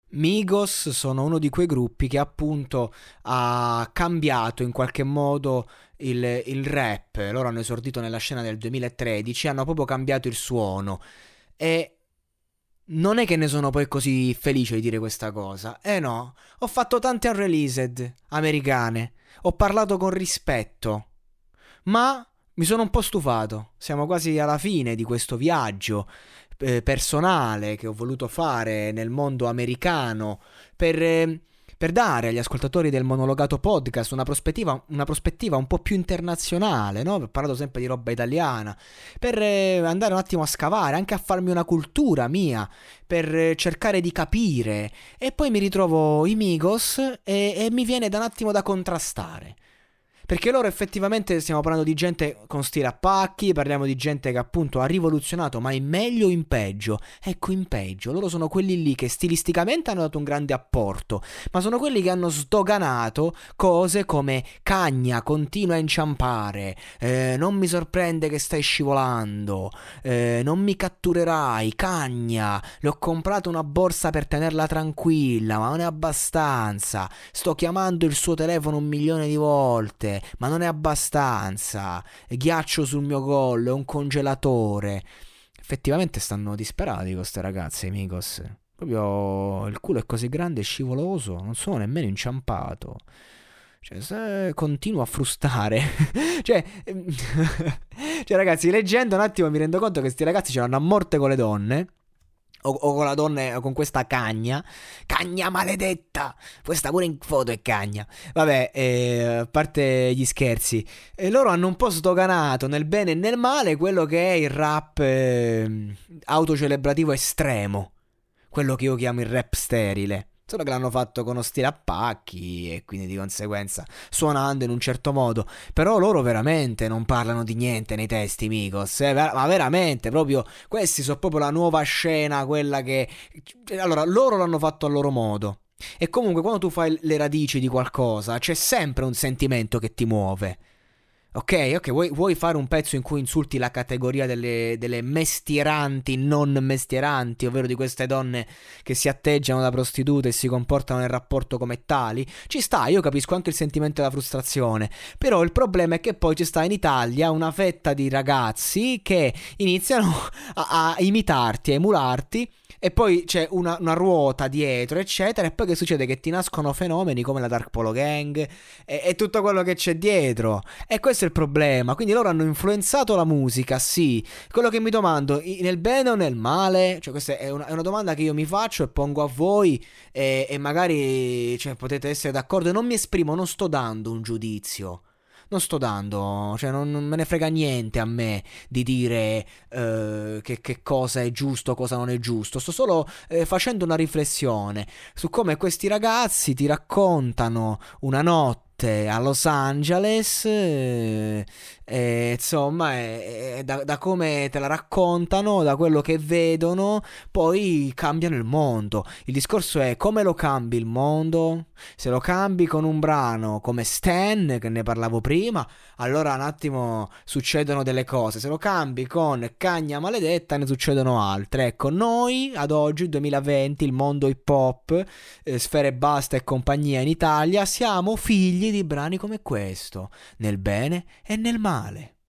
Migos sono uno di quei gruppi che appunto ha cambiato in qualche modo il rap. Loro hanno esordito nella scena nel 2013, hanno proprio cambiato il suono. E non è che ne sono poi così felice di dire questa cosa. Eh no, ho fatto tante unreleased americane, ho parlato con rispetto, ma mi sono un po' stufato. Siamo quasi alla fine di questo viaggio personale che ho voluto fare nel mondo americano per dare agli ascoltatori del monologato podcast una prospettiva un po' più internazionale, no? Ho parlato sempre di roba italiana, per andare un attimo a scavare, anche a farmi una cultura mia, per cercare di capire. E poi mi ritrovo i Migos e mi viene da un attimo da contrastare. Perché loro effettivamente stiamo parlando di gente con stile a pacchi, parliamo di gente che appunto ha rivoluzionato, ma in meglio o in peggio? Ecco, in peggio. Loro sono quelli lì che stilisticamente hanno dato un grande apporto, ma sono quelli che hanno sdoganato cose come cagna, continua a inciampare, non mi sorprende che stai scivolando, non mi catturerai, cagna, le ho comprato una borsa per tenerla tranquilla, ma non è abbastanza, sto chiamando il suo telefono 1 milione di volte, ma non è abbastanza, ghiaccio sul mio collo, è un congelatore. Effettivamente stanno disperati queste ragazze, i Migos. Proprio il culo è così grande e scivoloso, non sono nemmeno inciampato. Cioè, se continuo a frustare. cioè, cioè, ragazzi, leggendo un attimo mi rendo conto che questi ragazzi ce l'hanno a morte con le donne. O con la donna, o con questa cagna. Cagna maledetta. Questa pure in foto è cagna. Vabbè, a parte gli scherzi, loro hanno un po' sdoganato nel bene e nel male quello che è il rap autocelebrativo estremo. Quello che io chiamo il rap sterile. Solo che l'hanno fatto con uno stile a pacchi e quindi di conseguenza suonando in un certo modo. Però loro veramente non parlano di niente nei testi, Migos. Ma veramente, proprio questi sono proprio la nuova scena, quella che... Allora, loro l'hanno fatto a loro modo. E comunque quando tu fai le radici di qualcosa, c'è sempre un sentimento che ti muove. Ok, vuoi fare un pezzo in cui insulti la categoria delle mestieranti, non mestieranti, ovvero di queste donne che si atteggiano da prostitute e si comportano nel rapporto come tali? Ci sta, io capisco anche il sentimento della frustrazione, però il problema è che poi ci sta in Italia una fetta di ragazzi che iniziano a imitarti, a emularti, e poi c'è una ruota dietro, eccetera, e poi che succede? Che ti nascono fenomeni come la Dark Polo Gang e tutto quello che c'è dietro. E questo è il problema. Quindi loro hanno influenzato la musica, sì. Quello che mi domando, nel bene o nel male? Cioè questa è una domanda che io mi faccio e pongo a voi, e magari cioè, potete essere d'accordo. E non mi esprimo, non sto dando un giudizio. Non sto dando, cioè non me ne frega niente a me di dire che cosa è giusto, cosa non è giusto. Sto solo facendo una riflessione su come questi ragazzi ti raccontano una notte a Los Angeles, insomma, da come te la raccontano, da quello che vedono, poi cambiano il mondo. Il discorso è come lo cambi il mondo. Se lo cambi con un brano come Stan, che ne parlavo prima, allora un attimo succedono delle cose. Se lo cambi con Cagna maledetta, ne succedono altre. Ecco, noi ad oggi, 2020, il mondo hip hop, Sfere Basta e compagnia in Italia, siamo figli di brani come questo, nel bene e nel male.